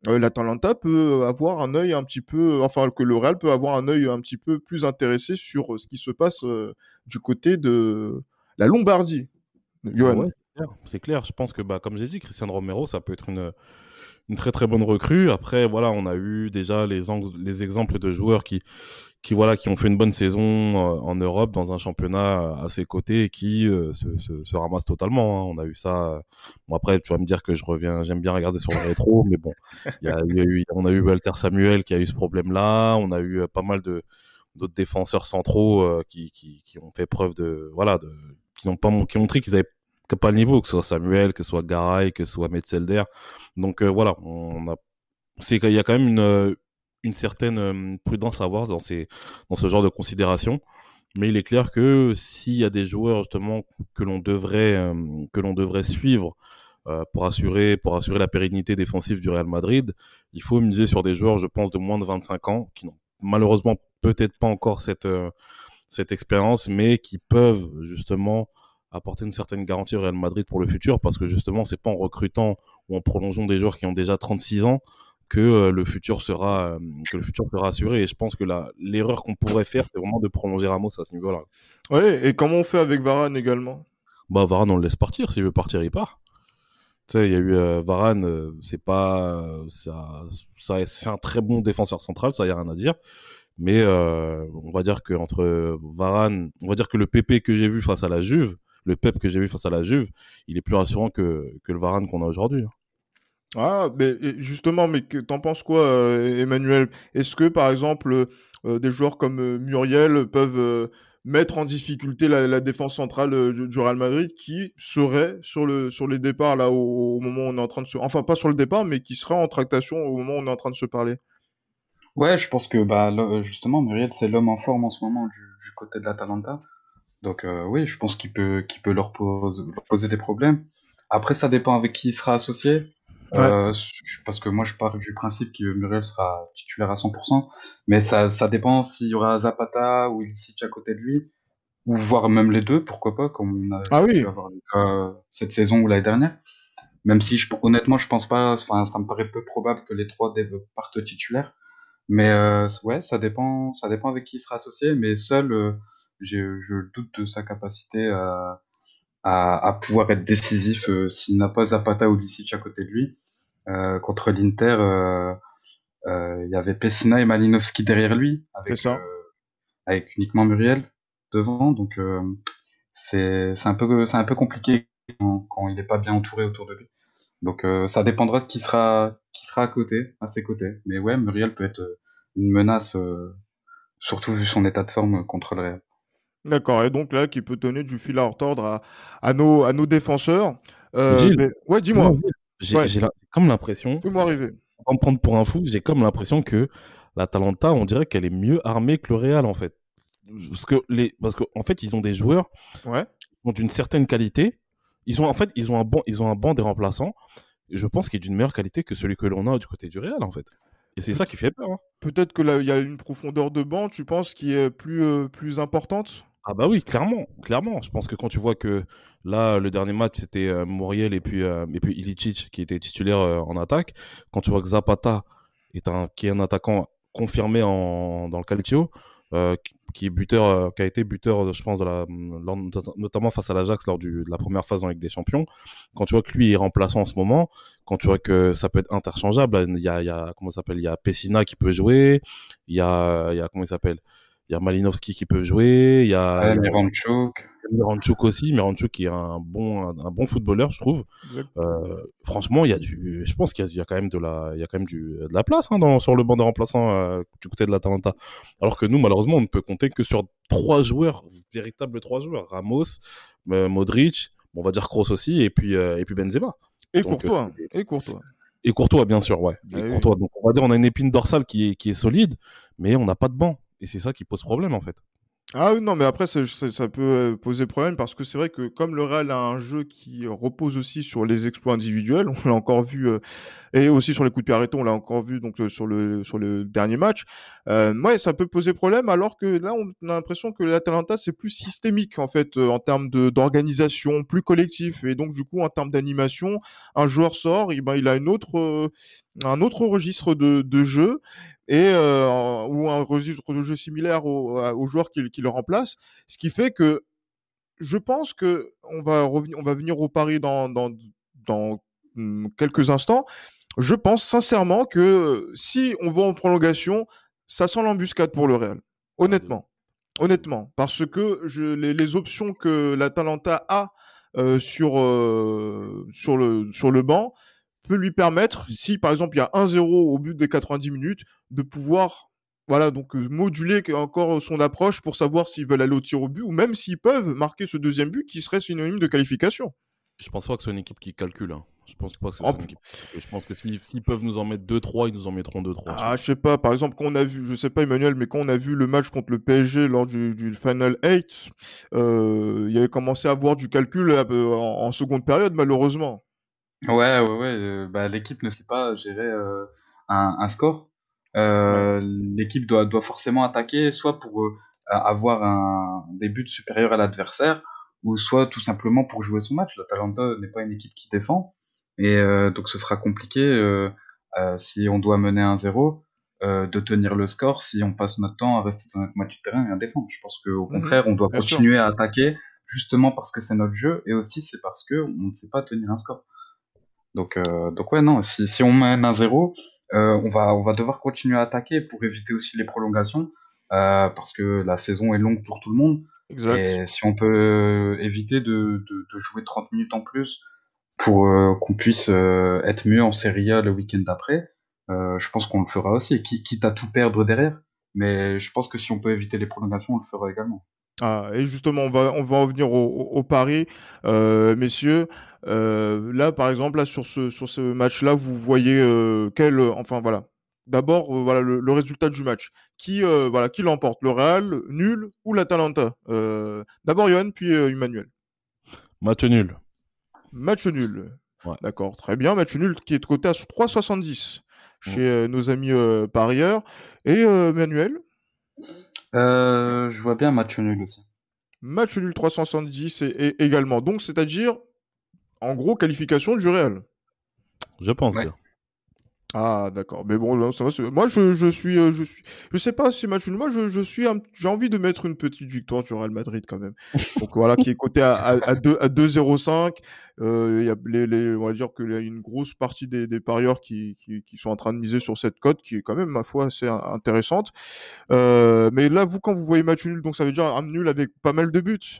euh, l'Atalanta peut avoir un œil un petit peu, enfin que le Real peut avoir un œil un petit peu plus intéressé sur euh, ce qui se passe euh, du côté de la Lombardie.
Bah
Johan.
ouais, c'est clair. C'est clair. Je pense que, bah, comme j'ai dit, Cristiano Romero, ça peut être une, une très très bonne recrue. Après, voilà, on a eu déjà les, ang- les exemples de joueurs qui, qui, voilà, qui ont fait une bonne saison euh, en Europe dans un championnat à ses côtés et qui euh, se, se, se ramassent totalement, hein. On a eu ça. euh, Bon, après, tu vas me dire que je reviens, j'aime bien regarder sur le rétro, mais bon, il y a, il y a eu, on a eu Walter Samuel qui a eu ce problème-là. On a eu euh, pas mal de d'autres défenseurs centraux euh, qui, qui, qui ont fait preuve de, voilà, de, qui n'ont pas, mon- qui ont montré qu'ils avaient que pas le niveau, que ce soit Samuel, que ce soit Garay, que ce soit Metzelder. Donc euh, voilà, on a, c'est qu'il y a quand même une, euh, une certaine euh, prudence à avoir dans ces, dans ce genre de considération. Mais il est clair que s'il y a des joueurs justement que l'on devrait, euh, que l'on devrait suivre euh, pour assurer, pour assurer la pérennité défensive du Real Madrid, il faut miser sur des joueurs, je pense, de moins de vingt-cinq ans, qui n'ont malheureusement peut-être pas encore cette, euh, cette expérience, mais qui peuvent justement apporter une certaine garantie au Real Madrid pour le futur, parce que justement, c'est pas en recrutant ou en prolongeant des joueurs qui ont déjà trente-six ans que euh, le futur sera euh, que le futur sera assuré. Et je pense que la l'erreur qu'on pourrait faire, c'est vraiment de prolonger Ramos à ce niveau-là.
Ouais, et comment on fait avec Varane également?
Bah Varane, on le laisse partir. S'il veut partir, il part. Tu sais, il y a eu euh, Varane, euh, c'est pas euh, ça, ça, c'est un très bon défenseur central, ça y a rien à dire. Mais euh, on va dire que entre Varane, on va dire que le P P que j'ai vu face à la Juve, le Pep que j'ai vu face à la Juve, il est plus rassurant que que le Varane qu'on a aujourd'hui.
Ah, mais et justement, mais que- t'en penses quoi, euh, Emmanuel? Est-ce que, par exemple, euh, des joueurs comme euh, Muriel peuvent euh, mettre en difficulté la, la défense centrale euh, du, du Real Madrid qui serait sur le sur les départs là au, au moment où on est en train de se... Enfin, pas sur le départ, mais qui serait en tractation au moment où on est en train de se parler.
Ouais, je pense que bah le- justement Muriel c'est l'homme en forme en ce moment du, du côté de l'Atalanta. Donc euh, oui, je pense qu'il peut qu'il peut leur poser, leur poser des problèmes. Après, ça dépend avec qui il sera associé.
Ouais.
Euh, je- parce que moi, je pars du principe que Muriel sera titulaire à cent pour cent. Mais ça, ça dépend s'il y aura Zapata ou Ilicic à côté de lui, ou voire même les deux, pourquoi pas, comme on a
Ah
déjà pu
oui.
avoir le cas euh, cette saison ou l'année dernière. Même si je, honnêtement, je pense pas, enfin, ça me paraît peu probable que les trois dé- partent titulaires. Mais euh, ouais, ça dépend, ça dépend avec qui il sera associé. Mais seul, euh, j'ai- je doute de sa capacité à, à, à pouvoir être décisif euh, s'il n'a pas Zapata ou Lisic à côté de lui. Euh, contre l'Inter, euh, euh, il y avait Pessina et Malinowski derrière lui,
C'est
avec,
ça.
euh, avec uniquement Muriel devant. Donc euh, c'est c'est un peu c'est un peu compliqué quand, quand il n'est pas bien entouré autour de lui. Donc euh, ça dépendra de qui sera qui sera à côté, à ses côtés. Mais ouais, Muriel peut être euh, une menace, euh, surtout vu son état de forme contre le Real.
D'accord. Et donc là, qui peut donner du fil à retordre à, à nos à nos défenseurs.
Mais
Euh,
Gilles,
mais ouais,
moi,
dis-moi.
j'ai
Ouais.
j'ai la- comme l'impression,
Fais-moi arriver.
sans me prendre pour un fou, j'ai comme l'impression que l'Atalanta, on dirait qu'elle est mieux armée que le Real en fait. Parce que les, parce qu'en fait, ils ont des joueurs
Ouais.
qui ont d'une certaine qualité. Ils ont en fait, ils ont un banc, ils ont un banc des remplaçants. Et je pense qu'il est d'une meilleure qualité que celui que l'on a du côté du Real en fait. Et c'est ça qui fait peur, hein.
Peut-être que là, il y a une profondeur de banc, tu penses, qui est plus, euh, plus importante?
Ah bah oui, clairement, clairement. Je pense que quand tu vois que là, le dernier match, c'était euh, Muriel et puis, euh, et puis Ilicic qui était titulaire euh, en attaque. Quand tu vois que Zapata est un, qui est un attaquant confirmé en, dans le Calcio, euh, qui, qui est buteur, euh, qui a été buteur, je pense, de la, lors- notamment face à l'Ajax lors du, de la première phase en Ligue des Champions. Quand tu vois que lui est remplaçant en ce moment, quand tu vois que ça peut être interchangeable, il y a, il y a comment ça s'appelle, il y a Pessina qui peut jouer, il y a, il y a comment il s'appelle, il y a Malinowski qui peut jouer, il y a, il
Ouais,
y a
Miranchuk.
Miranchuk aussi, Miranchuk qui est un bon, un, un bon footballeur, je trouve.
Exact.
Euh, franchement, il y a du, je pense qu'il y a, il y a quand même de la, il y a quand même du, de la place hein, dans, sur le banc des remplaçants euh, du côté de l'Atalanta. Alors que nous, malheureusement, on ne peut compter que sur trois joueurs, véritables trois joueurs, Ramos, euh, Modric, bon, on va dire Kroos aussi, et puis euh, et puis Benzema.
Et
Donc, euh,
Courtois. Et Courtois.
et Courtois, bien sûr, ouais.
Ah
Et
oui.
Courtois. Donc, on va dire, on a une épine dorsale qui est, qui est solide, mais on n'a pas de banc. Et c'est ça qui pose problème, en fait.
Ah oui, non, mais après, ça, ça- ça peut euh, poser problème parce que c'est vrai que comme le Real a un jeu qui repose aussi sur les exploits individuels, on l'a encore vu, euh, et aussi sur les coups de pied arrêtés, on l'a encore vu donc euh, sur le sur le dernier match. Euh, ouais, ça peut poser problème alors que là, on a l'impression que l'Atalanta c'est plus systémique en fait euh, en termes de d'organisation, plus collectif et donc du coup en termes d'animation, un joueur sort, et ben il a une autre euh, un autre registre de de jeu et euh, en- ou un registre de jeu similaire au, à- aux joueurs qui, qui le remplacent, ce qui fait que je pense que on va revenir, on va venir au pari dans dans dans hum, quelques instants. Je pense sincèrement que euh, si on va en prolongation, ça sent l'embuscade pour le Real.
Ah, de ouf.
Honnêtement, honnêtement, parce que je, les, les options que l'Atalanta a euh, sur euh, sur le sur le banc peut lui permettre, si par exemple il y a un zéro au but des quatre-vingt-dix minutes, de pouvoir voilà donc euh, moduler encore son approche pour savoir s'ils veulent aller au tir au but ou même s'ils peuvent marquer ce deuxième but qui serait synonyme de qualification.
Je pense pas que ce soit une équipe qui calcule. Hein. Je pense pas que ce
En,
soit une équipe qui calcule. Je pense que s'ils s'ils peuvent nous en mettre deux trois, ils nous en mettront deux trois, je
Ah, je
pense.
sais pas, par exemple, quand on a vu, je sais pas Emmanuel, mais quand on a vu le match contre le P S G lors du, du Final huit, euh, il y avait commencé à avoir du calcul euh, en, en seconde période, malheureusement.
Ouais, ouais, ouais. Euh, bah, l'équipe ne sait pas gérer euh, un, un score.
Ouais.
Euh, l'équipe doit, doit forcément attaquer, soit pour euh, avoir un, des buts supérieurs à l'adversaire, ou soit tout simplement pour jouer son match. L'Atalanta n'est pas une équipe qui défend, et euh, donc ce sera compliqué euh, euh, si on doit mener un zéro, euh, de tenir le score si on passe notre temps à rester dans notre moitié de terrain et à défendre. Je pense qu'au
Mhm,
contraire, on doit
bien sûr.
continuer à attaquer, justement parce que c'est notre jeu, et aussi c'est parce que on ne sait pas tenir un score. Donc, euh, donc ouais, non, si, si on mène un zéro, euh, on va, on va devoir continuer à attaquer pour éviter aussi les prolongations, euh, parce que la saison est longue pour tout le monde.
Exact.
Et si on peut éviter de, de, de jouer trente minutes en plus pour euh, qu'on puisse euh, être mieux en Serie A le week-end d'après, euh, je pense qu'on le fera aussi, qui- quitte à tout perdre derrière. Mais je pense que si on peut éviter les prolongations, on le fera également.
Ah, et justement, on va, on va en venir au, au, au pari, euh, messieurs. Euh, là, par exemple, là, sur ce, sur ce match-là, vous voyez euh, quel, euh, enfin voilà. D'abord, euh, voilà le, le résultat du match. Qui, euh, voilà, qui l'emporte, le Real, nul ou l'Atalanta? Euh, d'abord Johan, puis euh, Emmanuel.
Match nul.
Match nul.
Ouais.
D'accord, très bien. Match nul qui est coté à trois virgule soixante-dix
Mm.
chez euh, nos amis euh, parieurs. Et euh, Emmanuel,
Euh, je vois bien un match nul aussi.
match nul trois cent soixante-dix et, et également. Donc, c'est-à-dire, en gros, qualification du Real.
Je pense
Ouais.
bien.
Ah, d'accord. Mais bon, là, ça va. c'est- Moi, je, je suis, euh, je suis, je sais pas si match nul. Moi, je, je suis, un- j'ai envie de mettre une petite victoire du Real Madrid quand même. Donc voilà, qui est coté à, à, à deux, à deux virgule zéro cinq. Euh, il y a les, les, on va dire qu'il y a une grosse partie des, des parieurs qui, qui, qui sont en train de miser sur cette cote, qui est quand même, ma foi, assez in- intéressante. Euh, mais là, vous, quand vous voyez match nul, donc ça veut dire un nul avec pas mal de buts.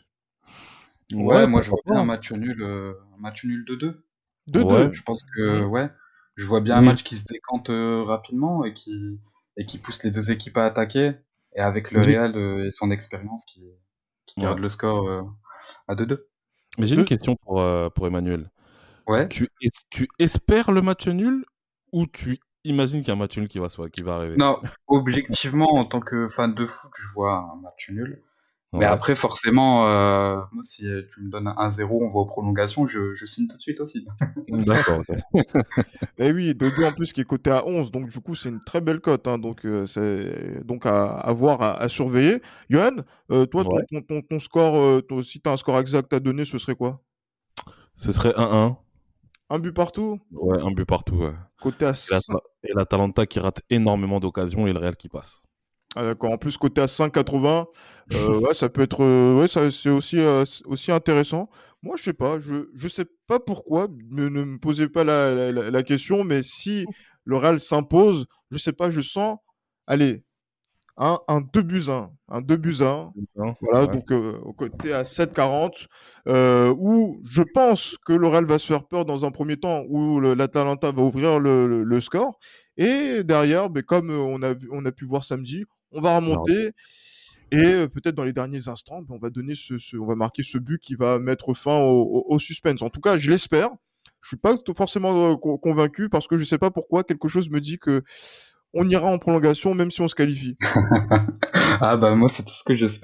Ouais,
Ouais, moi je
pourquoi
vois bien un
pas.
match nul, euh, un match nul de deux.
deux
Ouais.
deux.
Je pense que
Mhm.
ouais, je vois bien un
Mais,
match qui se décante euh, rapidement et qui et qui pousse les deux équipes à attaquer, et avec le
mais j'ai
Real euh, et son expérience qui qui
ouais.
garde le score euh, à deux deux.
Mais j'ai une
Deux-
question pour, euh, pour Emmanuel.
Ouais.
Tu, es- tu espères le match nul ou tu imagines qu'il y a un match nul qui va, se- qui va arriver?
Non, objectivement en tant que fan de foot, je vois un match nul. Mais
Ouais.
après forcément, euh, moi si euh, tu me donnes un zéro, on va aux prolongations, je je signe tout de suite aussi.
D'accord, ok.
Eh oui, deux deux en plus qui est coté à onze, donc du coup c'est une très belle cote, hein, donc euh, c'est donc à, à voir, à, à surveiller. Johan, euh, toi ton,
Ouais.
ton, ton, ton score, euh, ton- si tu as un score exact à donner, ce serait quoi?
Ce serait un un.
Un but partout,
Ouais, un but partout. Ouais.
côté à
Et la,
cinq.
et l'Atalanta qui rate énormément d'occasions et le Real qui passe.
Ah, d'accord, en plus côté à cinq virgule quatre-vingts, euh, ouais, ça peut être, euh, ouais, ça, c'est aussi, euh, c'est aussi intéressant. Moi, je sais pas, je, je sais pas pourquoi, ne, ne me posez pas la, la, la- la question, mais si le Real s'impose, je sais pas, je sens, allez, un, un deux buts un, un deux buts un.
Hein.
Voilà,
Ouais.
donc euh, au côté à sept virgule quarante, euh, où je pense que le Real va se faire peur dans un premier temps, où le- l'Atalanta va ouvrir le, le- le score. Et derrière, ben, comme euh, on a, vu- on a pu voir samedi, on va
Non.
remonter. Et euh, peut-être dans les derniers instants, ben, on va donner ce, ce- on va marquer ce but qui va mettre fin au, au- au suspense. En tout cas, je l'espère. Je suis pas t- forcément euh, co- convaincu parce que je sais pas pourquoi quelque chose me dit que on ira en prolongation même si on se qualifie.
Ah bah moi c'est tout ce que j'espère.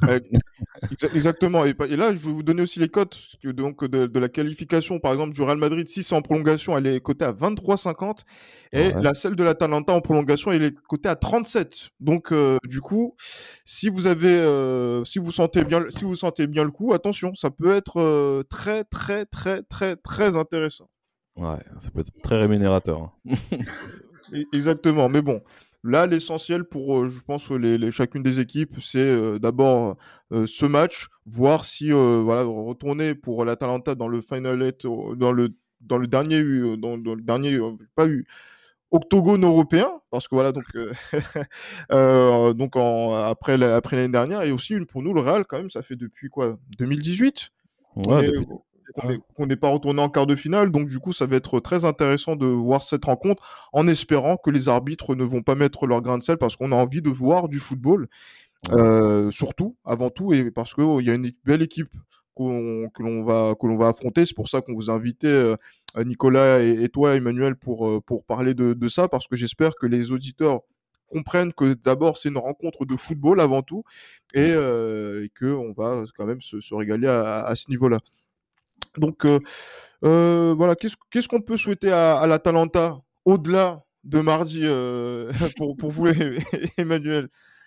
Euh, exa- exactement. Et, pa- et là, je vais vous donner aussi les cotes que donc de, de la qualification, par exemple, du Real Madrid. Si c'est en prolongation, elle est cotée à vingt-trois virgule cinquante. Et
Ouais.
la celle de l'Atalanta en prolongation, elle est cotée à trente-sept. Donc, euh, du coup, si vous avez, euh, si vous sentez bien, si vous sentez bien le coup, attention, ça peut être euh, très, très, très, très, très intéressant.
Ouais, ça peut être très rémunérateur. Hein.
E- Exactement. Mais bon, là, l'essentiel pour, euh, je pense, les, les- chacune des équipes, c'est euh, d'abord euh, ce match, voir si, euh, voilà, retourner pour l'Atalanta dans le final eight, euh, dans le dans le dernier, euh, dans, dans le dernier, euh, pas eu octogone européen, parce que voilà, donc, euh, euh, donc en, après la- après l'année dernière, et aussi une- pour nous le Real quand même, ça fait depuis quoi, deux mille dix-huit qu'on
Ouais,
est
depuis.
qu'on
Ouais.
est qu'on n'est pas retourné en quart de finale, donc du coup ça va être très intéressant de voir cette rencontre, en espérant que les arbitres ne vont pas mettre leur grain de sel, parce qu'on a envie de voir du football,
Ouais.
euh, surtout avant tout, et parce que oh, il y a une belle équipe qu'on- que l'on va que l'on va affronter. C'est pour ça qu'on vous a invité, euh, Nicolas et, et toi, Emmanuel, pour euh, pour parler de, de ça, parce que j'espère que les auditeurs comprennent que d'abord c'est une rencontre de football avant tout, et, euh, et que on va quand même se, se régaler à, à ce niveau-là. Donc euh, euh, voilà, qu'est-ce qu'est-ce qu'on peut souhaiter à, à l'Atalanta au-delà de mardi, euh, pour pour vous, Emmanuel?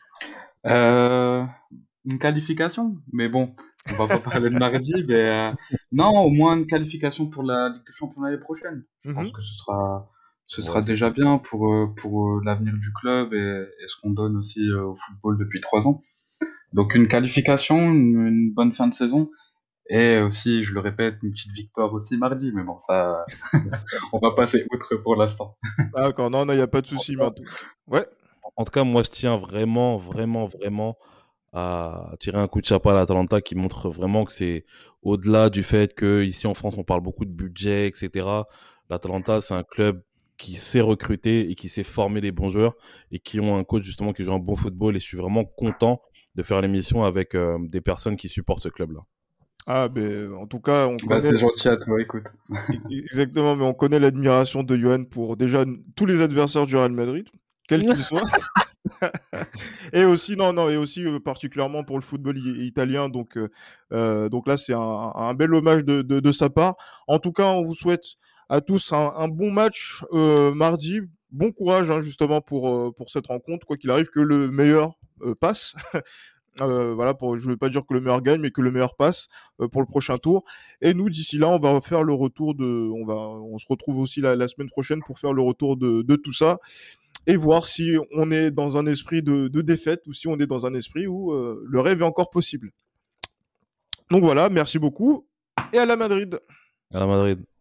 Euh, une qualification, mais bon, on va pas parler de mardi, mais euh, non, au moins une qualification pour la Ligue des Champions l'année prochaine. Je pense
Mhm.
que ce sera, ce
Ouais,
sera
c'est
déjà
possible.
bien pour, euh, pour euh, l'avenir du club et, et ce qu'on donne aussi euh, au football depuis trois ans. Donc une qualification, une, une bonne fin de saison et aussi, je le répète, une petite victoire aussi mardi, mais bon, ça, on va passer outre pour l'instant.
D'accord, non, non, il n'y a pas de souci, mais en tout... Ouais.
En tout cas, moi, je tiens vraiment, vraiment, vraiment à tirer un coup de chapeau à l'Atalanta qui montre vraiment que c'est au-delà du fait que ici en France, on parle beaucoup de budget, et cetera. L'Atalanta, c'est un club qui sait recruter et qui sait former les bons joueurs et qui ont un coach justement qui joue un bon football. Et je suis vraiment content de faire l'émission avec euh, des personnes qui supportent ce club-là.
Ah, ben, en tout cas, on
Bah,
connaît...
c'est gentil à toi, écoute.
e- Exactement, mais on connaît l'admiration de Johan pour déjà n- tous les adversaires du Real Madrid, quels qu'ils soient. Et aussi, non, non, et aussi euh, particulièrement pour le football i- italien. Donc, euh, euh, donc là, c'est un, un bel hommage de, de, de sa part. En tout cas, on vous souhaite à tous un, un bon match euh, mardi. Bon courage, hein, justement, pour, euh, pour cette rencontre. Quoi qu'il arrive, que le meilleur euh, passe. Euh, voilà, pour, je ne veux pas dire que le meilleur gagne, mais que le meilleur passe euh, pour le prochain tour. Et nous, d'ici là, on va faire le retour de, on va, on se retrouve aussi la, la semaine prochaine pour faire le retour de, de tout ça et voir si on est dans un esprit de, de défaite ou si on est dans un esprit où euh, le rêve est encore possible. Donc voilà, merci beaucoup et à la Madrid.
À la Madrid.